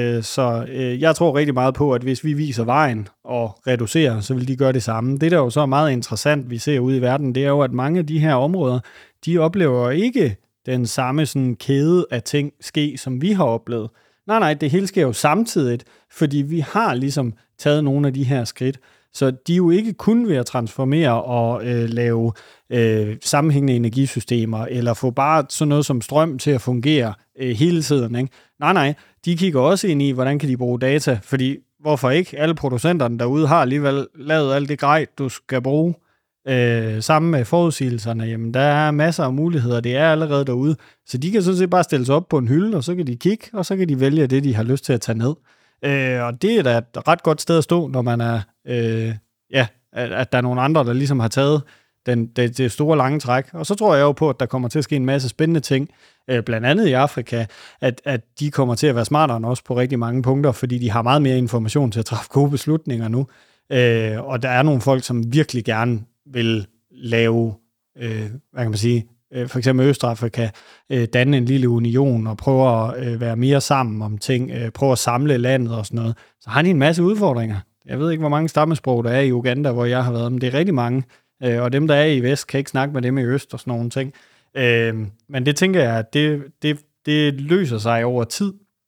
Så jeg tror rigtig meget på, at hvis vi viser vejen og reducerer, så vil de gøre det samme. Det, der jo så er meget interessant, vi ser ude i verden, det er jo, at mange af de her områder, de oplever ikke den samme sådan kæde af ting ske, som vi har oplevet. Nej, nej, det hele sker jo samtidigt, fordi vi har ligesom taget nogle af de her skridt. Så de er jo ikke kun ved at transformere og øh, lave øh, sammenhængende energisystemer, eller få bare sådan noget som strøm til at fungere øh, hele tiden. Ikke? Nej, nej, de kigger også ind i, hvordan kan de bruge data, fordi hvorfor ikke? Alle producenterne derude har alligevel lavet alt det grej, du skal bruge. Øh, sammen med forudsigelserne, jamen der er masser af muligheder, det er allerede derude, så de kan sådan set bare stille sig op på en hylde, og så kan de kigge, og så kan de vælge det, de har lyst til at tage ned. Øh, og det er da et ret godt sted at stå, når man er, øh, ja, at, at der er nogle andre, der ligesom har taget den, det, det store lange træk. Og så tror jeg jo på, at der kommer til at ske en masse spændende ting, øh, blandt andet i Afrika, at, at de kommer til at være smartere end os på rigtig mange punkter, fordi de har meget mere information til at træffe gode beslutninger nu. Øh, og der er nogle folk, som virkelig gerne vil lave, øh, hvad kan man sige, øh, for eksempel Østafrika, øh, danne en lille union og prøve at øh, være mere sammen om ting, øh, prøve at samle landet og sådan noget, så har de en masse udfordringer. Jeg ved ikke, hvor mange stammesprog der er i Uganda, hvor jeg har været, men det er rigtig mange, øh, og dem, der er i Vest, kan ikke snakke med dem i Øst og sådan nogle ting. Øh, men det tænker jeg, at det, det, det løser sig over tid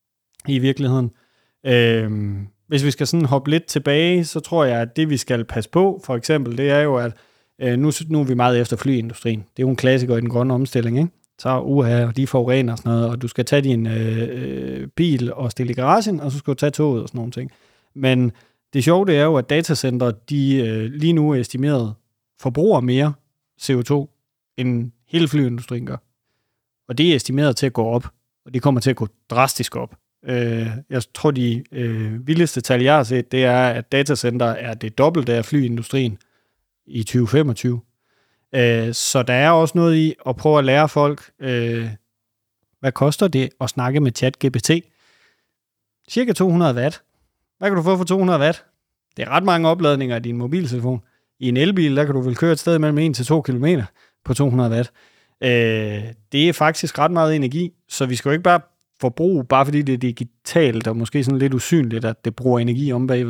i virkeligheden. Øh, Hvis vi skal sådan hoppe lidt tilbage, så tror jeg, at det vi skal passe på, for eksempel, det er jo, at øh, nu, nu er vi meget efter flyindustrien. Det er jo en klassiker i den grønne omstilling, ikke? Så uha, og de forurener og sådan noget, og du skal tage din øh, bil og stille i garagen, og så skal du tage toget og sådan nogle ting. Men det sjove, det er jo, at datacenter, de øh, lige nu er estimeret forbruger mere C O to, end hele flyindustrien gør. Og det er estimeret til at gå op, og det kommer til at gå drastisk op. Jeg tror, de øh, vildeste tal, jeg har set, det er, at datacenter er det dobbelte af flyindustrien i tyve femogtyve. Øh, så der er også noget i at prøve at lære folk, øh, hvad koster det at snakke med ChatGPT? Cirka to hundrede watt. Hvad kan du få for to hundrede watt? Det er ret mange opladninger af din mobiltelefon. I en elbil, der kan du vel køre et sted mellem en til to kilometer på to hundrede watt. Øh, det er faktisk ret meget energi, så vi skal jo ikke bare forbrug, bare fordi det er digitalt, og måske sådan lidt usynligt, at det bruger energi om bagved.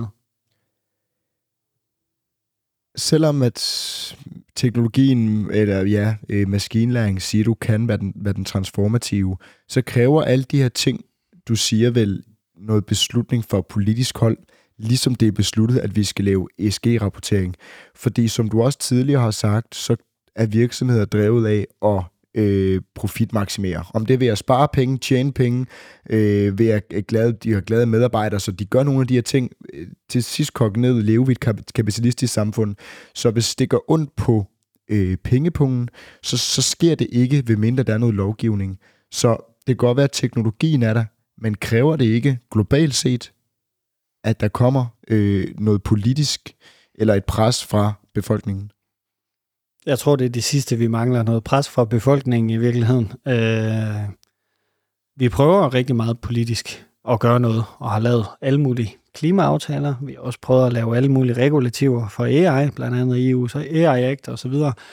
Selvom at teknologien, eller ja, maskinlæring siger, du kan være den, være den transformative, så kræver alle de her ting, du siger vel, noget beslutning for politisk hold, ligesom det er besluttet, at vi skal lave E S G-rapportering. Fordi som du også tidligere har sagt, så er virksomheder drevet af at Øh, profitmaksimere. Om det er ved at spare penge, tjene penge, øh, ved at glade, de har glade medarbejdere, så de gør nogle af de her ting, øh, til sidst kogt ned, leve i et kapitalistisk samfund. Så hvis det gør ondt på øh, pengepungen, så, så sker det ikke, ved mindre der er noget lovgivning. Så det kan godt være, at teknologien er der, men kræver det ikke globalt set, at der kommer øh, noget politisk eller et pres fra befolkningen? Jeg tror, det er det sidste, vi mangler. Noget pres fra befolkningen i virkeligheden. Øh, vi prøver rigtig meget politisk at gøre noget, og har lavet alle mulige klimaaftaler. Vi har også prøvet at lave alle mulige regulativer for A I, blandt andet E U's A I Act osv.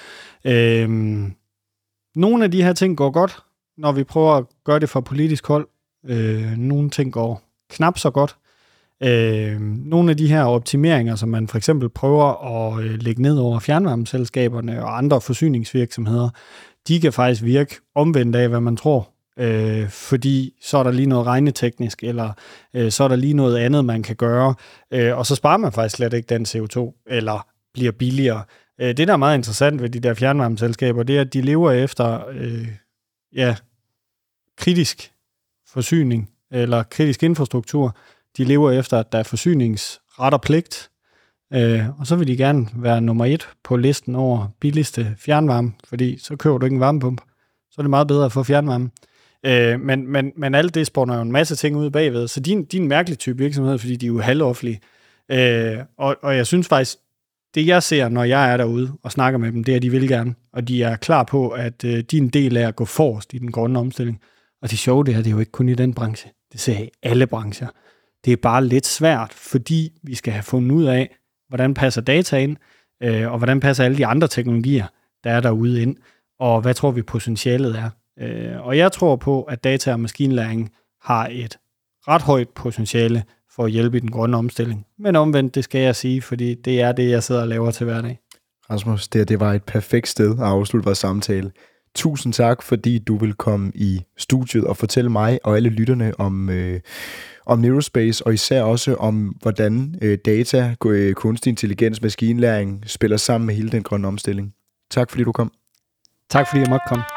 Øh, nogle af de her ting går godt, når vi prøver at gøre det fra politisk hold. Øh, nogle ting går knap så godt. Øh, nogle af de her optimeringer, som man for eksempel prøver at øh, lægge ned over fjernvarmeselskaberne og andre forsyningsvirksomheder, de kan faktisk virke omvendt af, hvad man tror. Øh, fordi så er der lige noget regneteknisk, eller øh, så er der lige noget andet, man kan gøre, øh, og så sparer man faktisk slet ikke den C O to, eller bliver billigere. Øh, det, der er meget interessant ved de der fjernvarmeselskaber, det er, at de lever efter øh, ja, kritisk forsyning, eller kritisk infrastruktur. De lever efter, at der er forsyningsret og pligt, øh, og så vil de gerne være nummer et på listen over billigste fjernvarme, fordi så køber du ikke en varmepumpe. Så er det meget bedre at få fjernvarme. Øh, men, men, men alt det spawner jo en masse ting ud bagved, så de, de er en mærkelig type virksomhed, fordi de er jo halvoffentlige. Øh, og, og jeg synes faktisk, det jeg ser, når jeg er derude og snakker med dem, det er, at de vil gerne, og de er klar på, at øh, de er en del af at gå forrest i den grønne omstilling. Og det sjove, det her, det er jo ikke kun i den branche. Det ser jeg i alle brancher. Det er bare lidt svært, fordi vi skal have fundet ud af, hvordan passer data ind, øh, og hvordan passer alle de andre teknologier, der er derude ind, og hvad tror vi potentialet er. Øh, og jeg tror på, at data og maskinlæring har et ret højt potentiale for at hjælpe i den grønne omstilling. Men omvendt, det skal jeg sige, fordi det er det, jeg sidder og laver til hverdag. Rasmus, det, det var et perfekt sted at afslutte vores samtale. Tusind tak, fordi du vil komme i studiet og fortælle mig og alle lytterne om, øh, om Neurospace, og især også om, hvordan øh, data, øh, kunstig intelligens, maskinlæring spiller sammen med hele den grønne omstilling. Tak fordi du kom. Tak fordi jeg måtte komme.